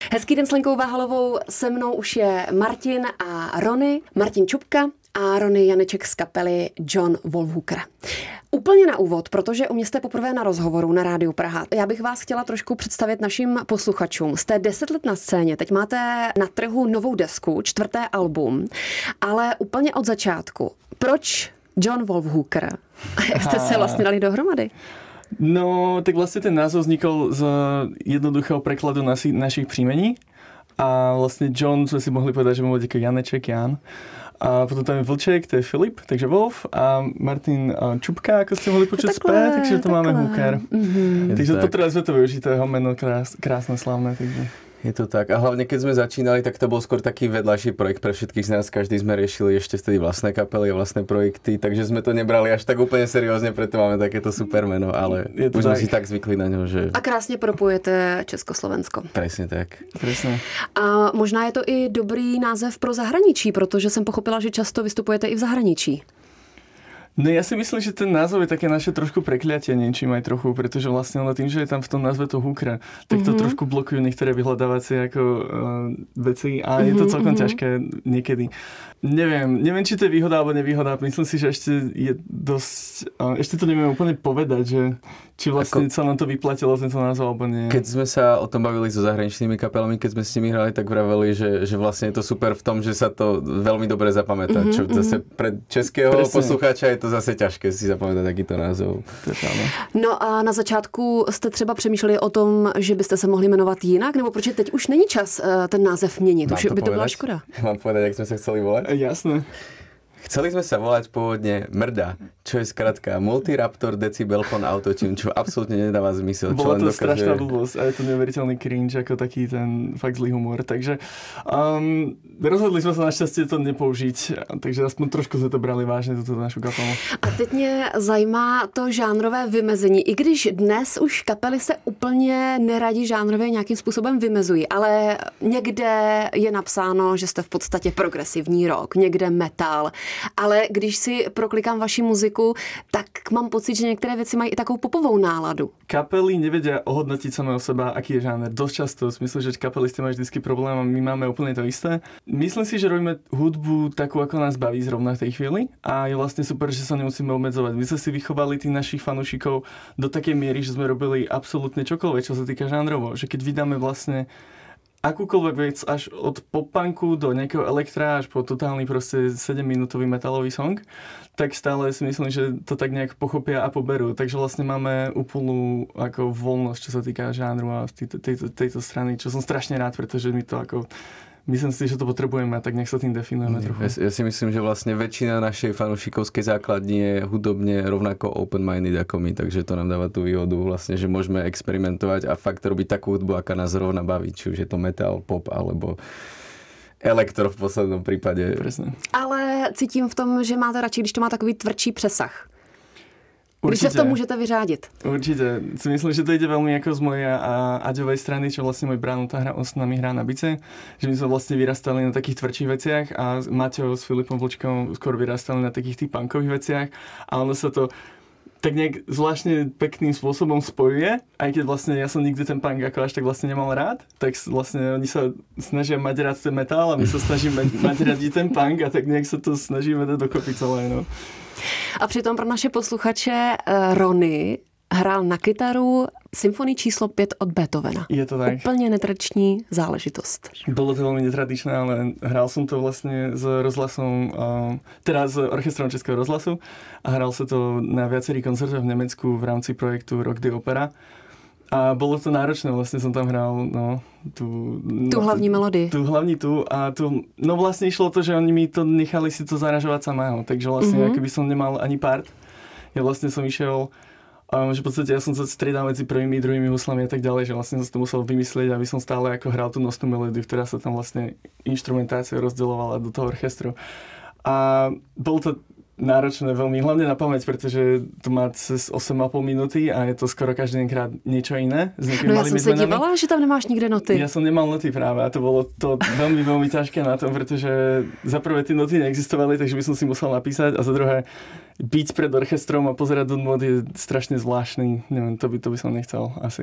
Hezký den s Lenkou Váhalovou, se mnou už je Martin a Rony, Martin Čupka a Rony Janeček z kapely John Wolfhooker. Úplně na úvod, protože u mě jste poprvé na rozhovoru na Rádiu Praha. Já bych vás chtěla trošku představit našim posluchačům. Jste 10 let na scéně, teď máte na trhu novou desku, 4. album, ale úplně od začátku. Proč John Wolfhooker? A jak jste se vlastně dali dohromady? No, tak vlastne ten názov vznikol z jednoduchého prekladu našich příjmení. A vlastne John sme si mohli povedať, že mu bude Janeček, Jan. A potom tam je Vlček, to je Filip, takže Wolf. A Martin Čupka, ako ste mohli počuť zpět, takže to máme Hooker. Mm-hmm. Takže potrebovali sme to využiť, to jeho meno krásne, slavné. Takže. Je to tak. A hlavne, keď sme začínali, tak to bol skôr taký vedľajší projekt pre všetkých z nás. Každý sme riešili ešte vtedy vlastné kapely a vlastné projekty, takže sme to nebrali až tak úplne seriózne, preto máme takéto super meno, ale už sme si tak zvykli na ňo, že... A krásně propojujete Československo. Presne tak. Presne. A možná je to i dobrý název pro zahraničí, protože jsem pochopila, že často vystupujete i v zahraničí. No ja si myslím, že ten názov je také naše trošku prekliatie niečím aj trochu, pretože vlastne len tým, že je tam v tom názve to Hooker, tak to trošku blokujú niektoré vyhľadávacie ako veci a je to celkom ťažké niekedy. Neviem, či to je výhoda alebo nevýhoda. Myslím si, že ešte je dosť... Ešte to neviem úplne povedať, že či vlastne sa nám to vyplatilo tento názov alebo nie. Keď sme sa o tom bavili so zahraničnými kapelami, keď sme s nimi hrali, tak vraveli, že vlastne je to super v tom, že sa to veľmi dobre zapamätá. Čo zase pre českého posluchača je to zase ťažké si zapamätať takýto názov. No a na začátku jste třeba přemýšleli o tom, že byste se mohli jmenovat jinak, nebo proč teď už není čas ten název měnit? Už by to byla škoda. Mám povedať, jak sme sa chceli volať? Jasné. Chceli sme sa volať pôvodne Mrda, čo je skratka Multiraptor Decibelphone Autotune, čo absolútne nedáva zmysel. Bola to strašná blbosť a je to neuveriteľný cringe, ako taký ten fakt zlý humor. Takže rozhodli sme sa našťastie to nepoužiť, takže aspoň trošku sme to brali vážne, túto našu kapelu. A teď mě zajímá to žánrové vymezení. I když dnes už kapely se úplně neradí žánrově nějakým způsobem vymezují, ale někde je napsáno, že jste v podstatě progresivní rock, někde metal. Ale když si proklikám vaši muziku, tak mám pocit, že některé věci mají i takovou popovou náladu. Kapely nevedia ohodnotiť samé o seba, aký je žáner. Dosť často si myslím, že kapelisti majú vždycky problém a my máme úplne to isté. Myslím si, že robíme hudbu takú, ako nás baví zrovna v tej chvíli a je vlastne super, že sa nemusíme obmedzovať. My sme si vychovali tých našich fanúšikov do takej miery, že sme robili absolútne čokoľvek, čo sa týka žánrovo. Že keď vydáme vlastne akúkoľvek vec až od pop-punku do nejakého elektra až po totálny proste 7-minútový metalový song, tak stále si myslím, že to tak nejak pochopia a poberú. Takže vlastne máme úplnú ako voľnosť, čo sa týka žánru a tejto strany, čo som strašne rád, pretože mi to ako... Myslím si, že to potrebujeme a tak nech sa tým definujeme trochu. Ja si myslím, že vlastne väčšina našej fanúšikovskej základni je hudobne rovnako open-minded ako my, takže to nám dáva tú výhodu vlastne, že môžeme experimentovať a fakt robiť takú hudbu, aká nás rovna baví, či už je to metal, pop alebo elektro v poslednom prípade. Presne. Ale cítím v tom, že máte radši, když to má takový tvrdší přesah. Když Určite. se v tom můžete vyřádit. Určite. Si myslím, že to ide veľmi ako z mojej a Aďovej strany, čo vlastne môj brat s nami hrá na bice. Že my sme vlastne vyrastali na takých tvrdších veciach a Maťo s Filipom Vlčkom skôr vyrastali na takých tých punkových veciach. A ono sa to tak nejak zvláštne pekným spôsobom spojuje. Aj keď vlastne ja som nikdy ten punk ako až tak vlastne nemal rád, tak vlastne oni sa snažia mať rád ten metal a my sa snažíme mať rád ten punk a tak nejak sa to snažíme dať dokopy celé, no. A přitom pro naše posluchače Rony hrál na kytaru symfonii číslo 5 od Beethovena. Je to tak. Úplně netradiční záležitost. Bolo to veľmi netradičné, ale hral som to vlastne s rozhlasom, teda s orchestrom Českého rozhlasu a hral sa to na viacerých koncertoch v Nemecku v rámci projektu Rock the Opera. A bolo to náročné, vlastne som tam hral tú hlavní melodii. No vlastne išlo to, že oni mi to nechali si to zaražovať samého, takže vlastne akoby som nemal ani part. Ja vlastne som išiel, že v podstate ja som sa striedal medzi prvými, druhými huslami a tak ďalej, že vlastne som si to musel vymyslieť, aby som stále ako hral tú nosnú melódiu, ktorá sa tam vlastne inštrumentáciou rozdeľovala do toho orchestru. A bolo to náročné veľmi, hlavne na pamäť, pretože to má cez 8,5 minúty a je to skoro každý krát niečo iné. No ja som sa dívala, že tam nemáš nikde noty. Ja som nemal noty práve a to bolo to veľmi, veľmi ťažké na tom, pretože za prvé tie noty neexistovali, takže by som si musel napísať a za druhé byť pred orchestrom a pozerať do not je strašne zvláštny. Neviem, to by som nechcel asi.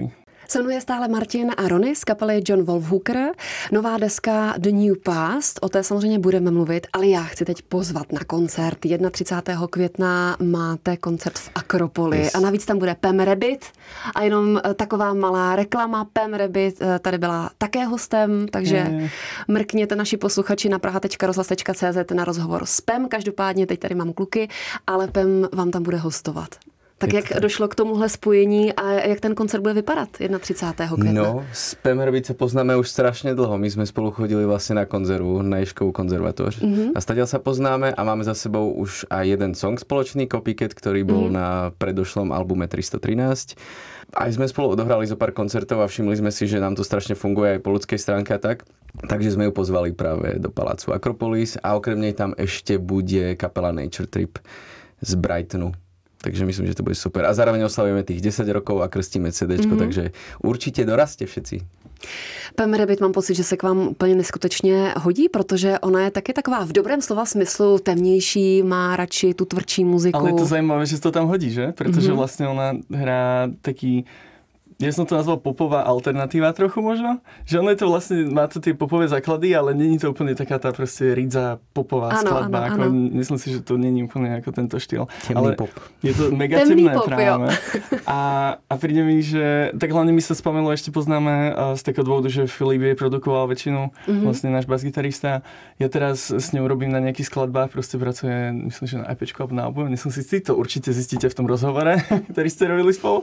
Se mnou je stále Martin a Rony z kapely John Wolfhooker. Nová deska The New Past, o té samozřejmě budeme mluvit, ale já chci teď pozvat na koncert. 31. května máte koncert v Akropoli a navíc tam bude Pam Rabbit a jenom taková malá reklama. Pam Rabbit tady byla také hostem, takže mrkněte naši posluchači na praha.rozhlas.cz na rozhovor s Pam. Každopádně teď tady mám kluky, ale Pam vám tam bude hostovat. Tak jak došlo k tomuhle spojení a jak ten koncert bude vypadat 31. května? No, s Pam Rabbit se poznáme už strašně dlho. My jsme spolu chodili vlastně na konzervu na Ježkovú konzervatoř. A stadiaľ sa poznáme a máme za sebou už aj jeden song spoločný, Copycat, ktorý bol na predošlom albume 313. Aj sme spolu odohrali zo pár koncertov a všimli sme si, že nám to strašne funguje aj po ľudskej stránke a tak. Takže sme ju pozvali práve do Palácu Akropolis a okrem nej tam ešte bude kapela Nature Trip z Brightonu. Takže myslím, že to bude super. A zároveň oslavujeme tých 10 rokov a krstíme CDčko, takže určitě dorazte všetci. Pam Rabbit, mám pocit, že se k vám úplně neskutečně hodí, protože ona je taky taková v dobrém slova smyslu temnější, má radši tu tvrdší muziku. Ale je to zajímavé, že to tam hodí, že? Protože vlastně ona hrá taký... Ja som to nazval popová alternatíva trochu možno. Že ono je to vlastne, má to tie popové základy, ale není to úplne taká tá proste ridza popová skladba. Ako, myslím si, že to není úplne ako tento štýl. Temný pop. Je to mega temné práve. A príde mi, že tak hlavne mi sa spomenulo, ešte poznáme z takého dôvodu, že Filip jej produkoval väčšinu, vlastne náš basgitarista. Ja teraz s ňou robím na nejakých skladbách, proste pracuje, myslím, že na IPčku alebo na albume. Myslím si, to určite zistíte v tom rozhovore, ktorý ste robili spolu.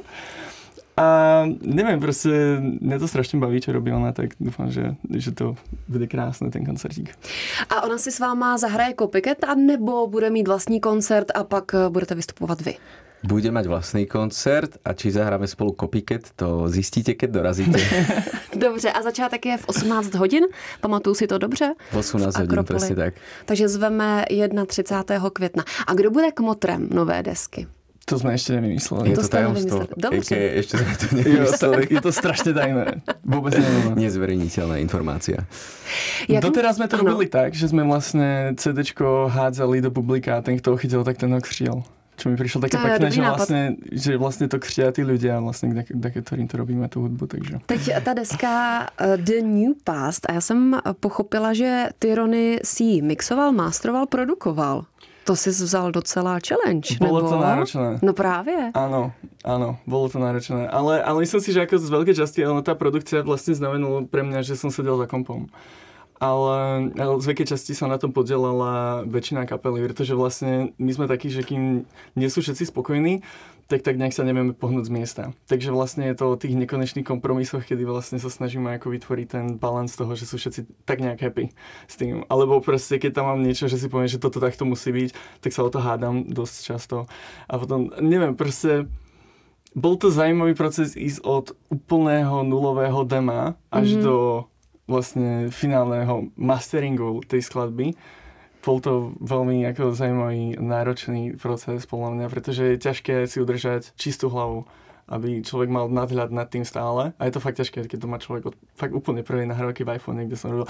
A neviem, proste mňa to strašne baví, čo robí ona, tak dúfam, že to bude krásne, ten koncertík. A ona si s váma zahraje Copycat, anebo bude mít vlastní koncert a pak budete vystupovat vy? Bude mať vlastný koncert a či zahráme spolu Copycat, to zjistíte, keď dorazíte. Dobře, a začátek je v 18 hodin? Pamatuju si to dobře? V 18 hodin, presne tak. Takže zveme 31. května. A kdo bude kmotrem nové desky? To sme ešte nevymysleli. Je to tajomstvo. Ešte sme to nevymysleli. Je to strašne tajné. Vôbec neviem. Nezverejniteľná informácia. Doteraz sme to robili tak, že sme vlastne CDčko hádzali do publika a ten, kto ho chytil, tak ten ho křtil. Čo mi prišlo také pekné, že vlastne to křtia tí ľudia, vlastne, ktorým to robíme, tú hudbu. Takže. Teď ta deska The New Past a já jsem pochopila, že ty Rony si mixoval, masteroval, produkoval. To si vzal docela challenge, Bolo nebo? to náročné. No právě. Áno, bolo to náročné. Ale myslím si, že ako z veľkej časti, ale tá produkcia vlastne znamenala pre mňa, že som sedel za kompom. Ale z veľkej časti sa na tom podielala väčšina kapely, pretože vlastne my sme takí, že kým nie sú všetci spokojní, tak nejak sa nevieme pohnúť z miesta. Takže vlastne je to o tých nekonečných kompromisoch, kedy vlastne sa snažíme ako vytvoriť ten balans toho, že sú všetci tak nejak happy s tým. Alebo proste, keď tam mám niečo, že si poviem, že toto takto musí byť, tak sa o to hádam dosť často. A potom, neviem, proste bol to zaujímavý proces ísť od úplného nulového dema až do vlastne finálneho masteringu tej skladby. Bol to veľmi ako zaujímavý, náročný proces podľa mňa, pretože je ťažké si udržať čistú hlavu, aby človek mal nadhľad nad tým stále. A je to fakt ťažké, keď to má človek od fakt úplne prvej nahrávky v iPhone, kde som robil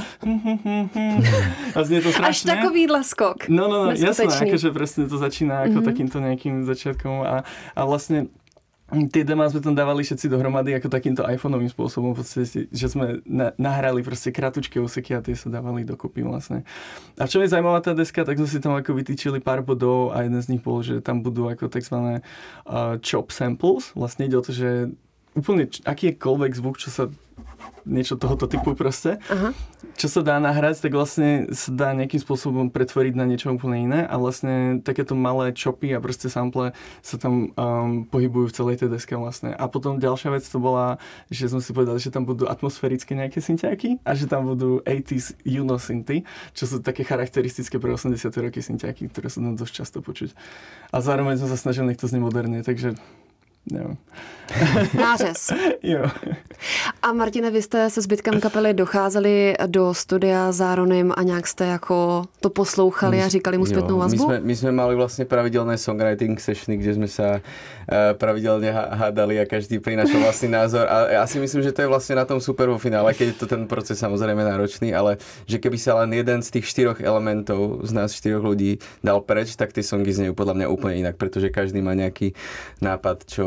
a znie to strašne. Až takovýhle skok. No, jasné, akože presne to začína ako takýmto nejakým začiatkom a vlastne tie demá sme tam dávali všetci dohromady ako takýmto iPhoneovým spôsobom, v podstate, že sme nahrali proste kratučké úseky a tie sa dávali dokopy vlastne. A čo je zaujímavá tá deska, tak sme si tam ako vytýčili pár bodov a jeden z nich bol, že tam budú ako takzvané chop samples. Vlastne ide o to, že úplne akýkoľvek zvuk, čo sa niečo tohoto typu proste, čo sa dá nahrať, tak vlastne sa dá nejakým spôsobom pretvoriť na niečo úplne iné a vlastne takéto malé chopy a proste sample sa tam pohybujú v celej tej deske vlastne. A potom ďalšia vec to bola, že sme si povedali, že tam budú atmosférické nejaké synťáky a že tam budú 80s Juno-synty, čo sú také charakteristické pre 80. roky synťáky, ktoré sa tam dosť často počuť. A zároveň sme sa snažili nech to znie moderne, takže nevím. Nářez. Jo. A Martine, vy jste se zbytkem kapely docházeli do studia za Ronym a nějak jste jako to poslouchali a říkali mu zpětnou vazbu? My sme mali vlastne pravidelné songwriting sessiony, kde sme sa pravidelne hádali a každý prinášal vlastný názor a ja si myslím, že to je vlastne na tom super vo finále, keď je to ten proces samozrejme náročný, ale že keby sa len jeden z tých 4 elementov z nás 4 ľudí dal preč, tak tie songy znejú podľa mňa úplne inak, pretože každý má nejaký nápad, čo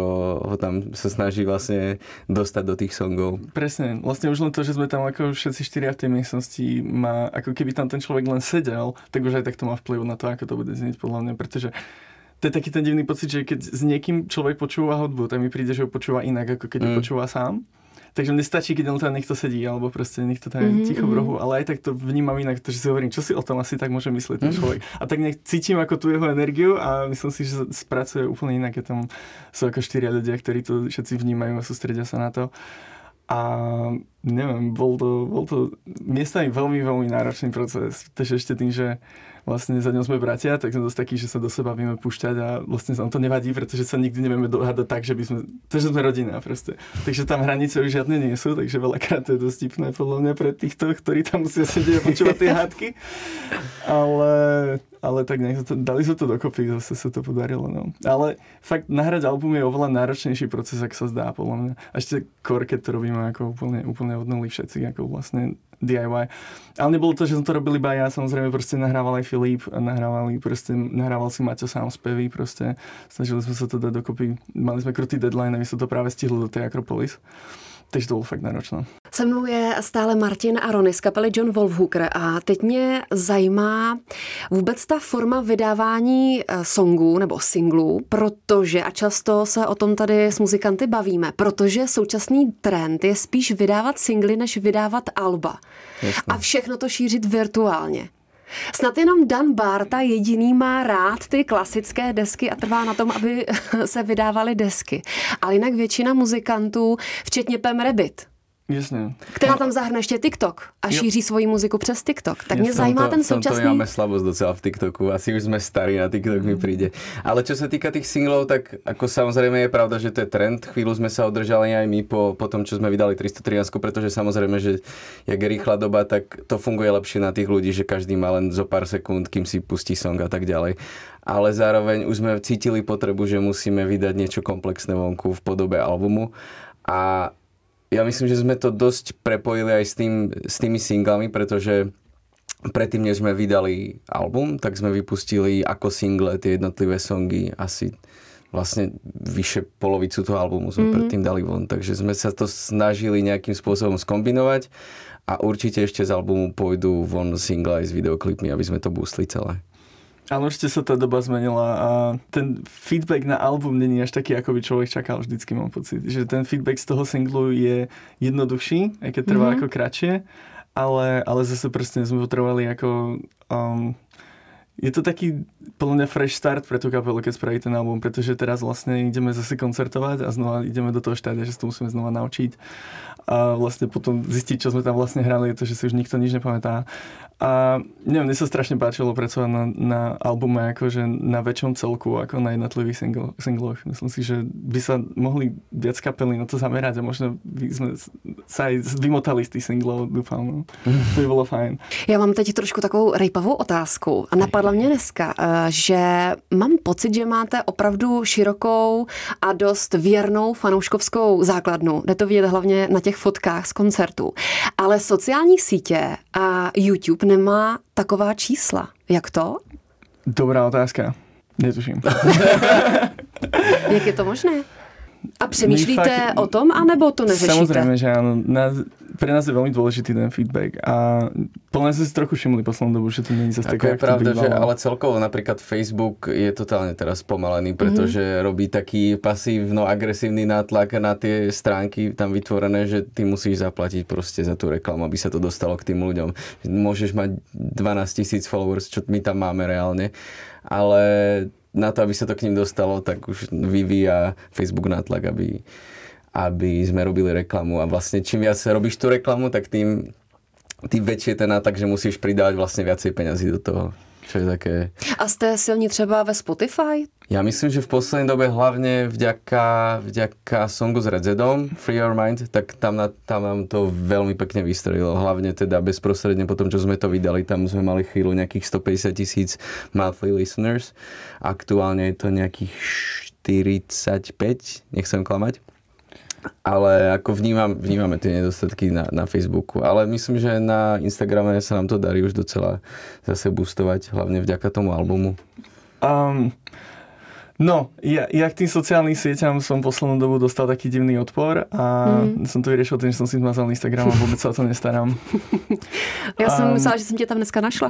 ho tam sa snaží vlastne dostať do tých songov. Presne, vlastne už len to, že sme tam ako všetci štyria v tej miestnosti má, ako keby tam ten človek len sedel, tak už aj tak to má vplyv na to, ako to bude znieť podľa mňa, pretože to je taký ten divný pocit, že keď s niekým človek počúva hudbu, tak mi príde, že ho počúva inak, ako keď ho počúva sám. Takže mne stačí, keď len tam niekto sedí, alebo proste niekto tam je ticho v rohu, ale aj tak to vnímam inak, že si hovorím, čo si o tom asi tak môže myslieť ten človek. A tak nejak cítim ako tú jeho energiu a myslím si, že spracuje úplne inak, keď tam sú ako 4 ľudia, ktorí to všetci vnímajú a sústredia sa na to. A neviem, bol to miestami veľmi, veľmi náročný proces. Takže ešte tým, že vlastne za ňou sme bratia, tak sme dosť takí, že sa do seba vieme púšťať a vlastne nám to nevadí, pretože sa nikdy nevieme dohádať tak, že sme rodina proste. Takže tam hranice už žiadne nie sú, takže veľakrát to je dosť vtipné podľa mňa pre týchto, ktorí tam musia sedieť a počúvať tie hádky. Ale tak nejak dali sa to dokopy, zase sa to podarilo. No. Ale fakt nahrať album je oveľa náročnejší proces, ako sa zdá podľa mňa. A ešte skôr, keď to robíme ako úplne od nuly všetci, ako vlastne DIY. Ale nebolo to, že som to robil iba ja, samozrejme proste nahrával aj Filip, nahrával si Maťo sám spevy, proste snažili sme sa to dať dokopy. Mali sme krutý deadline, aby sa to práve stihlo do tej Akropolis. Takže to bylo fakt náročné. Se mnou je stále Martin a Rony z kapely John Wolfhooker a teď mě zajímá vůbec ta forma vydávání songů nebo singlů, protože, a často se o tom tady s muzikanty bavíme, protože současný trend je spíš vydávat singly, než vydávat alba. Jasně. A všechno to šířit virtuálně. Snad jenom Dan Bárta jediný má rád ty klasické desky a trvá na tom, aby se vydávaly desky. Ale jinak většina muzikantů, včetně Pam Rabbit, Jasne. která tam zahrne ještě TikTok a šíří svoji muziku přes TikTok. Tak mě zajímá ten současný... V tomto máme slabosť docela v TikToku. Asi už sme starí na TikTok mi príde. Ale čo sa týka tých singlov, tak ako samozrejme je pravda, že to je trend. Chvíľu sme sa održali aj my po tom, čo sme vydali 313, pretože samozrejme, že jak je rýchla doba, tak to funguje lepšie na tých ľudí, že každý má len zo pár sekúnd, kým si pustí song a tak ďalej. Ale zároveň už sme cítili potrebu, že musíme vydať niečo komplexné vonku v podobe albumu. A ja myslím, že sme to dosť prepojili aj s tými singlami, pretože predtým, než sme vydali album, tak sme vypustili ako single tie jednotlivé songy. Asi vlastne vyše polovicu toho albumu sme predtým dali von. Takže sme sa to snažili nejakým spôsobom skombinovať a určite ešte z albumu pôjdu von single aj s videoklipmi, aby sme to boostli celé. Ale určite sa tá doba zmenila a ten feedback na album není až taký, ako by človek čakal vždycky, mám pocit. Že ten feedback z toho singlu je jednoduchší, aj keď trvá ako kratšie, ale zase proste sme potrebovali ako... je to taký podľa mňa fresh start pre tú kapelu, keď spraví ten album, pretože teraz vlastne ideme zase koncertovať a znova ideme do toho štádia, že sa to musíme znova naučiť a vlastne potom zistiť, čo sme tam vlastne hrali, je to, že si už nikto nič nepamätá. A neviem, mne sa strašne páčilo pracovať na albume akože na väčšom celku ako na jednotlivých singloch. Myslím si, že by sa mohli viac kapely na to zamerať a možno by sme sa aj vymotali z tých singlov, dúfam. No. To by bolo fajn. Já mám teď trošku takovou rejpavou otázku. A napadla mě dneska, že mám pocit, že máte opravdu širokou a dost věrnou fanouškovskou základnu. Jde to vidět hlavně na těch fotkách z koncertů. Ale sociální sítě a YouTube nemá taková čísla. Jak to? Dobrá otázka. Netuším. Jak je to možné? A přemýšlíte o tom, anebo to neřešíte? Samozrejme, že áno. Pre nás je veľmi dôležitý ten feedback a podľa nás si trošku všimli poslednú dobu, že to nie je zase také, je pravda, že ale celkovo napríklad Facebook je totálne teraz pomalený, pretože robí taký pasívno-agresívny nátlak na tie stránky tam vytvorené, že ty musíš zaplatiť proste za tú reklamu, aby sa to dostalo k tým ľuďom. Môžeš mať 12 000 followers, čo my tam máme reálne, ale na to, aby sa to k ním dostalo, tak už vyvíja Facebook nátlak, aby sme robili reklamu. A vlastne čím viac robíš tú reklamu, tak tým väčší je ten nátlak, že musíš pridávať vlastne viacej peňazí do toho. Čo je také... A jste silní třeba ve Spotify? Ja myslím, že v poslednej dobe hlavne vďaka songu s Redzedom, Free Your Mind, tak tam nám to veľmi pekne vystrelilo. Hlavne teda bezprostredne po tom, čo sme to vydali, tam sme mali chvíľu nejakých 150 000 monthly listeners. Aktuálne je to nejakých 45, nechcem klamať. Ale ako vnímame tie nedostatky na Facebooku. Ale myslím, že na Instagrame sa nám to darí už docela zase boostovať, hlavne vďaka tomu albumu. No, ja k tým sociálnym sieťam som poslednú dobu dostal taký divný odpor a som to vyriešil tým, že som si zmazal Instagram a vôbec sa o to nestarám. Ja som myslela, že som ťa tam dneska našla.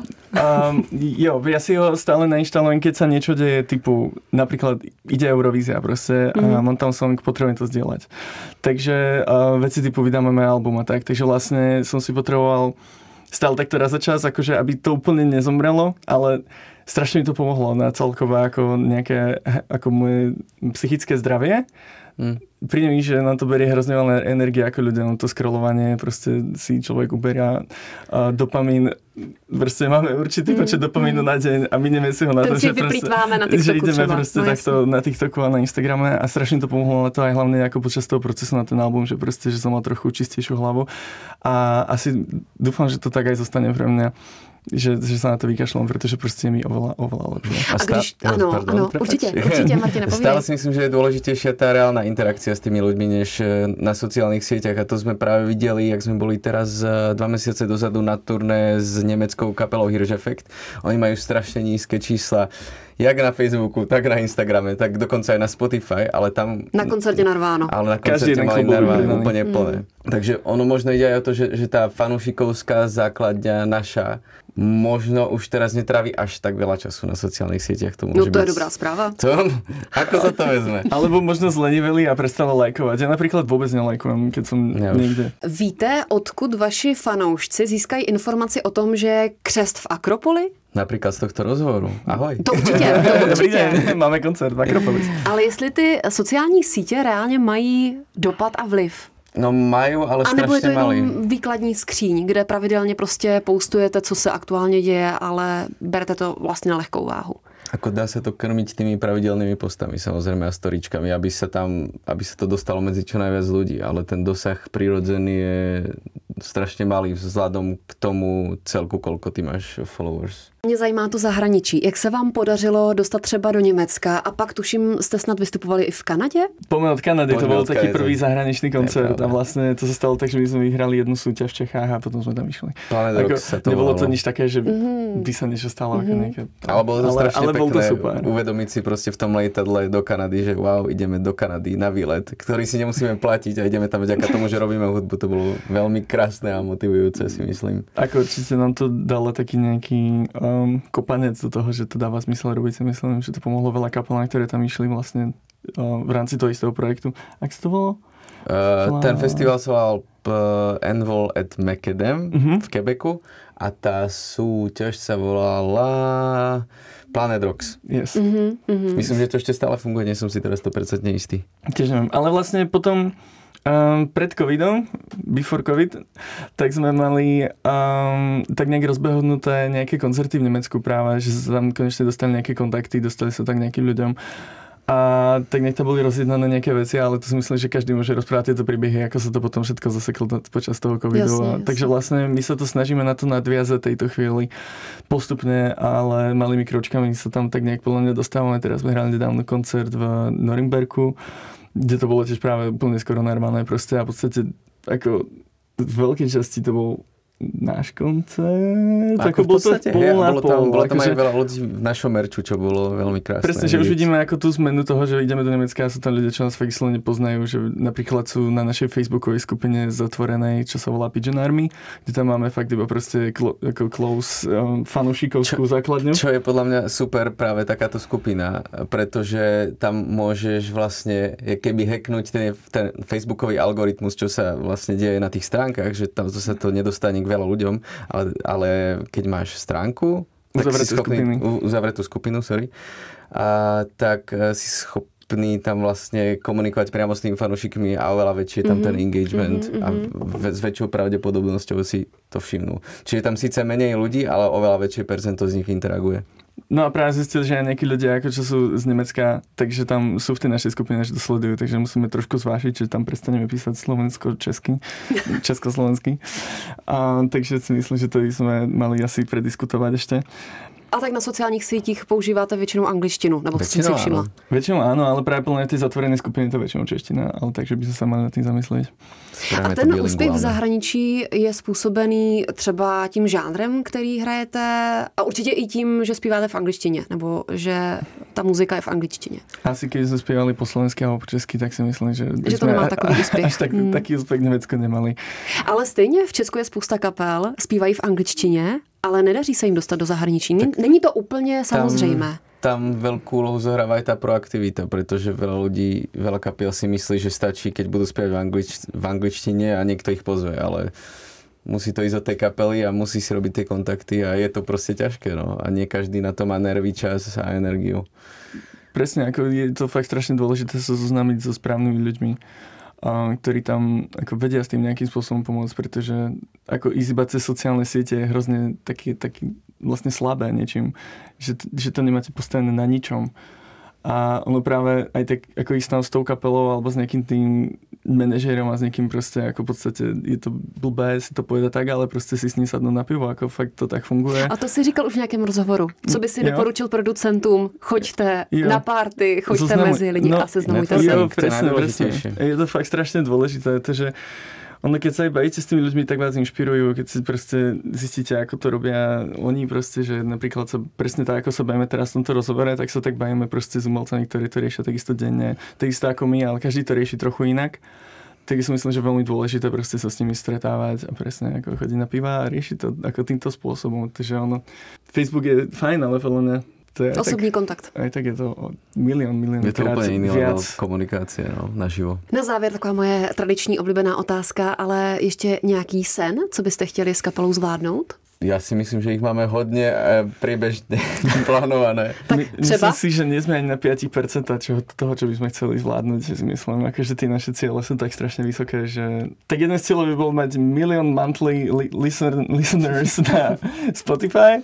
Jo, ja si ho stále nainštalujem, keď sa niečo deje, typu napríklad ide Eurovízia proste a mám tam song, potrebujem to zdieľať. Takže veci typu vydávame album a tak, takže vlastne som si potreboval stále takto raz za čas, akože aby to úplne nezomrelo, ale strašne mi to pomohlo na celkové ako nejaké ako moje psychické zdravie. Príde mi, že na to berie hrozne veľa energie ako ľudia, to scrollovanie, proste si človek uberá dopamín, proste máme určitý počet dopamínu na deň a mineme si ho na to, že ideme proste takto na TikToku a na Instagrame a strašne to pomohlo na to aj hlavne ako počas toho procesu na ten album, že proste, že som mal trochu čistejšiu hlavu a asi dúfam, že to tak aj zostane pre mňa. Že sa na to vykašľam, pretože proste je mi oveľa lepšie. Áno, určite, Martina, povídej. Stále si myslím, že je dôležitejšia tá reálna interakcia s tými ľuďmi, než na sociálnych sieťach. A to sme práve videli, jak sme boli teraz 2 mesiace dozadu na turné s nemeckou kapelou Hirsch Effekt. Oni majú strašne nízke čísla, jak na Facebooku, tak na Instagrame, tak dokonca aj na Spotify, ale tam... Na koncerte Narváno. Ale na koncerte mali Narváno úplne plné. Takže ono možno ide aj o to, že tá fanúšikovská základňa naša možno už teraz netrávi až tak veľa času na sociálnych sieťach. To môže to je dobrá správa. To? Ako sa to vezme? Alebo možno zleniveli a prestali lajkovať. Ja napríklad vôbec nelajkujem, keď som niekde. Víte, odkud vaši fanoušci získají informaci o tom, že je křest v Akropoli? Napríklad z tohto rozhovoru. Ahoj. To určitě. Dobrý den, máme koncert v Akropolis. Ale jestli ty sociální sítě reálně mají dopad a vliv? No majú, ale strašne malý. A nebo je to jenom výkladní skříň, kde pravidelně prostě postujete, co se aktuálně děje, ale berete to vlastně na lehkou váhu. Ako dá sa to krmiť tými pravidelnými postami, samozrejme, a storičkami, aby sa to dostalo medzi čo najviac ľudí, ale ten dosah prirodzený je strašne malý vzhľadom k tomu celku, koľko ty máš followers. Mě zajímá to zahraničí. Jak se vám podařilo dostat třeba do Německa a pak tuším, jste snad vystupovali i v Kanadě? Poďme od Kanady, to bol taký prvý zahraničný koncert a vlastne to sa stalo tak, že my sme vyhrali jednu súťaž v Čechách a potom sme tam išli. Nebolo to nič také, že by sa niečo stalo. Ale bolo to strašne pekné uvedomiť si proste v tom lietadle do Kanady, že wow, ideme do Kanady na výlet, ktorý si nemusíme platiť a ideme tam vďaka tomu, že robíme hudbu. To bolo veľmi krásne a motivujúce, si myslím. Ako určite nám to dalo taký nejaký kopanec do toho, že to dáva zmysel robiť, si myslím, že to pomohlo veľa kapelám, ktoré tam išli vlastne v rámci toho istého projektu. Ak sa to bolo? Ten festival sa volal Envol at Macadam v Quebecu a tá súťaž sa volala Planet Rocks. Yes. Myslím, že to ešte stále funguje, nie som si teraz 100% istý. Tiež neviem, ale vlastne potom pred covidom, before covid, tak sme mali tak nejak rozbehnuté nejaké koncerty v Nemecku práve, že sa tam konečne dostali nejaké kontakty, dostali sa tak nejakým ľuďom. A tak nech to boli rozjednané nejaké veci, ale to si myslím, že každý môže rozprávať tieto príbehy, ako sa to potom všetko zaseklo počas toho covidu. Jasne. Takže vlastne my sa to snažíme na to nadviazať tejto chvíli postupne, ale malými kročkami sa tam tak nejak podľa mňa dostávame. Teraz sme hrali nedávno koncert v Norimberku, kde to bolo tiež práve úplne skoro narvané proste a v podstate ako v veľkej časti to bol náš koncert. Ako v podstate, bolo tam aj veľa ľudí v našom merču, čo bolo veľmi krásne. Presne, že už vidíme ako tú zmenu toho, že ideme do Nemecka a sú tam ľudia, čo nás fakt slovo nepoznajú, že napríklad sú na našej facebookovej skupine zatvorenej, čo sa volá Pigeon Army, kde tam máme fakt iba proste ako close fanúšikovskú základňu. Čo je podľa mňa super práve takáto skupina, pretože tam môžeš vlastne keby hacknúť ten facebookový algoritmus, čo sa vlastne deje na tých stránkach, že tam sa to nedostane veľa ľuďom, ale keď máš stránku, uzavretú skupinu, tak si schopný tam vlastne komunikovať priamo s tými fanúšikmi a oveľa väčšie tam ten engagement a s väčšou pravdepodobnosťou si to všimnú. Čiže tam síce menej ľudí, ale oveľa väčšie percento z nich interaguje. No a práve zistil, že aj nejakí ľudia, ako čo sú z Nemecka, takže tam sú v tej našej skupine, že to sledujú, takže musíme trošku zvážiť, že tam prestaneme písať slovensko-česky, československý. Takže si myslím, že to by sme mali asi prediskutovať ešte. A tak na sociálních sítích používáte většinou angličtinu, nebo jsem si všimla? Většinou áno, ale práve plně ty zatvorené skupiny to většinou čeština, ale takže by se sa mali nad tým zamyslet. A ten úspěch v zahraničí je způsobený daný třeba tím žánrem, který hrajete a určitě i tím, že zpíváte v angličtině, nebo že ta muzika je v angličtině. Asi keď sme spievali po slovensky alebo po česky, tak si myslím, že to nemá takový úspěch. Až taký úspěch Německo nemali. Ale stejně v Česku je spousta kapel, zpívají v angličtině, ale nedaří se jim dostat do zahraničí. Není to úplně samozřejmé. Tam veľkú úlohu zohráva aj tá proaktivita, pretože veľa ľudí, veľa kapiel si myslí, že stačí, keď budú spievať v angličtine a niekto ich pozve, ale musí to ísť od tej kapely a musí si robiť tie kontakty a je to proste ťažké, no. A nie každý na to má nervy, čas a energiu. Presne, ako je to fakt strašne dôležité sa zoznámiť so správnymi ľuďmi, ktorí tam ako vedia s tým nejakým spôsobom pomôcť, pretože ako ísť iba cez sociálne siete je hrozne taký vlastne slabé niečím, že to nemáte postavené na ničom. A ono práve aj tak ako ísť tam s tou kapelou alebo s nejakým tým manažérom a s niekým proste ako v podstate je to blbé si to povedať tak, ale proste si s ním sadnúť na pivo, ako fakt to tak funguje. A to si říkal už v nějakém rozhovoru. Co by si doporučil producentům? Choďte na party, choďte mezi lidi a seznamujte se. Jo, presne. Je to fakt strašne dôležité, že ono, keď sa aj bavíte s tými ľuďmi, tak vás inšpirujú, keď si proste zistíte, ako to robia oni proste, že napríklad sa presne tak, ako sa bavíme teraz v tomto rozhovore, tak sa tak bavíme proste s umelcami, ktorí to riešia takisto denne, takisto ako my, ale každý to rieši trochu inak. Tak si myslím, že veľmi dôležité proste sa s nimi stretávať a presne ako chodiť na piva a riešiť to ako týmto spôsobom. Takže ono, Facebook je fajn, ale podľa mňa osobní kontakt. Aj tak je to milión je to úplně jiný level komunikace, no, naživo. Na závěr taková moje tradiční oblíbená otázka, ale ještě nějaký sen, co byste chtěli s kapelou zvládnout? Ja si myslím, že ich máme hodne priebežne plánované. Myslím si, že nie sme ani na 5% toho, čo by sme chceli zvládnuť. Si myslím, akože tie naše ciele sú tak strašne vysoké, že tak jeden z cieľov by bol mať 1 million monthly listeners na Spotify.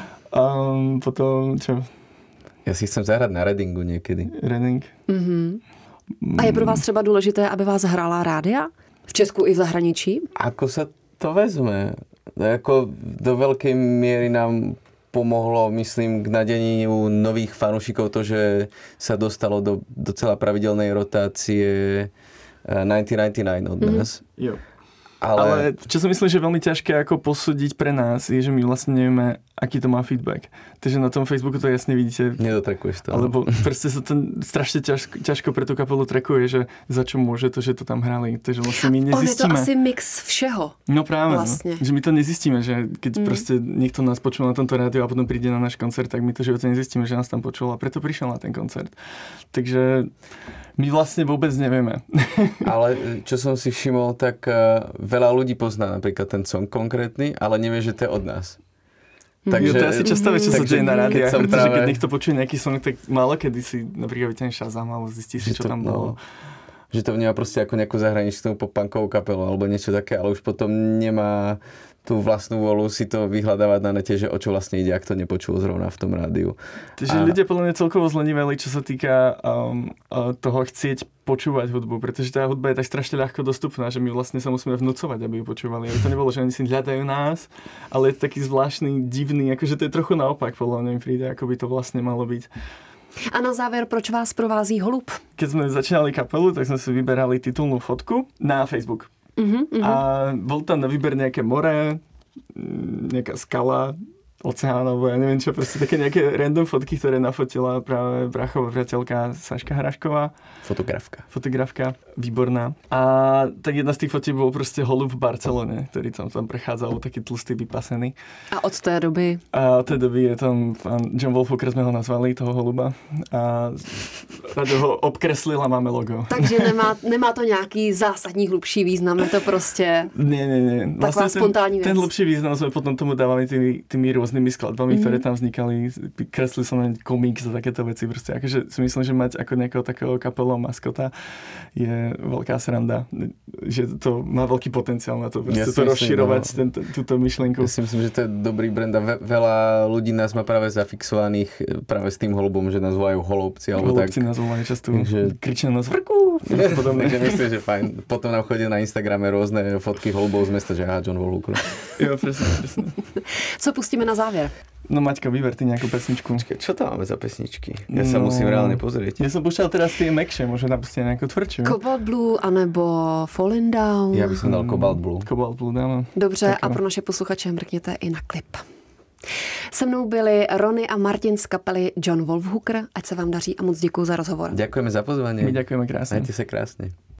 Potom čo? Já si chcem zahrát na Readingu někdy. Reading. Mm-hmm. A je pro vás třeba důležité, aby vás hrála rádia? V Česku i v zahraničí? Ako sa to vezme? Jako do veľkej miery nám pomohlo, myslím, k nadeniu nových fanúšikov to, že sa dostalo do docela pravidelnej rotácie 1999 od nás. Jo. Ale čo si myslím, že je veľmi ťažké ako posúdiť pre nás, je, že my vlastne nevieme, aký to má feedback. Takže na tom Facebooku to jasne vidíte. Nedotrekuješ to. Alebo proste sa to strašne ťažko pre tú kapelu trekuje, že za čo môže to, že to tam hrali. Takže vlastne my nezistíme. On je to asi mix všeho. No práve, vlastne. No. Že my to nezistíme, že keď proste niekto nás počul na tomto rádiu a potom príde na náš koncert, tak my to živote nezistíme, že nás tam počul a preto prišiel na ten koncert. Takže my vlastne vôbec nevieme. Ale čo som si všimol, tak veľa ľudí pozná napríklad ten song konkrétny, ale nevie, že to je od nás. Takže to je asi časté, čo sa deje na rádiách, pretože keď niekto počuje nejaký song, tak málo kedy si napríklad vyťahneš Shazam alebo zistíš si, čo tam bolo. Že to vníma proste ako nejakú zahraničnú pop-punkovú kapelu alebo niečo také, ale už potom nemá tú vlastnú volu si to vyhľadávať na nete, že o čo vlastne ide, ak to nepočul zrovna v tom rádiu. Takže ľudia podľa mňa celkovo zleniveli, čo sa týka toho chcieť počúvať hudbu, pretože tá hudba je tak strašne ľahko dostupná, že my vlastne sa musíme vnúcovať, aby ju počúvali. Aby to nebolo, že oni si hľadajú nás, ale je to taký zvláštny, divný, akože to je trochu naopak, podľa mňa mi príde, ako by to vlastne malo byť. A na závěr, proč vás provází holub? Keď sme začínali kapelu, tak sme si vyberali titulnú fotku na Facebook. A bol tam na výber nejaké more, nejaká skala, oceán, alebo ja neviem čo, proste také nejaké random fotky, ktoré nafotila práve brachová priateľka Saška Hrašková. Fotografka, výborná. A tak jedna z tých fotiek bol proste holub v Barcelone, ktorý tam prechádzal, taký tlustý, vypasený. A od té doby? A od té doby je tam John Wolfhooker, sme ho nazvali, toho holuba. A Rado ho obkreslil a máme logo. Takže nemá to nějaký zásadní hlubší význam, je to prostě Nie. Taková spontánní věc. Ten hlubší význam sme potom tomu dávali tými rôznymi skladbami, ktoré tam vznikali. Kreslil som na komiks a takéto veci. Proste. Akože si myslím, že mať ako nejakého takého kapelou maskota je veľká sranda. Že to má veľký potenciál na to. Proste to rozširovať túto myšlenku. Ja si myslím, že to je dobrý brand a veľa ľudí nás má práve zafixovaných práve s tým holubom, že nás volajú holubci. Holubci nás volajú často. Kričia nás vrku. Takže myslím, že fajn. Potom nám chodí na Instagrame rôzne fotky holubov z mesta, že John Wolfhooker. Jo, presne. Co pustíme na závěr. No Maťka, vyber ty nejakú pesničku. Čo tam máme za pesničky? Ja sa musím reálne pozrieť. Ja som púšťal teraz tie mekšie, možno napustíme nejakú tvrdšiu. Cobalt Blue anebo Falling Down. Ja by som dal Cobalt Blue. Cobalt Blue, dáme. Dobře, Tak a pro naše posluchače mrkněte i na klip. Se mnou byli Rony a Martin z kapely John Wolfhooker. Ať se vám daří a moc děkuju za rozhovor. Ďakujeme za pozvanie. My ďakujeme krásne. Majte sa krásne.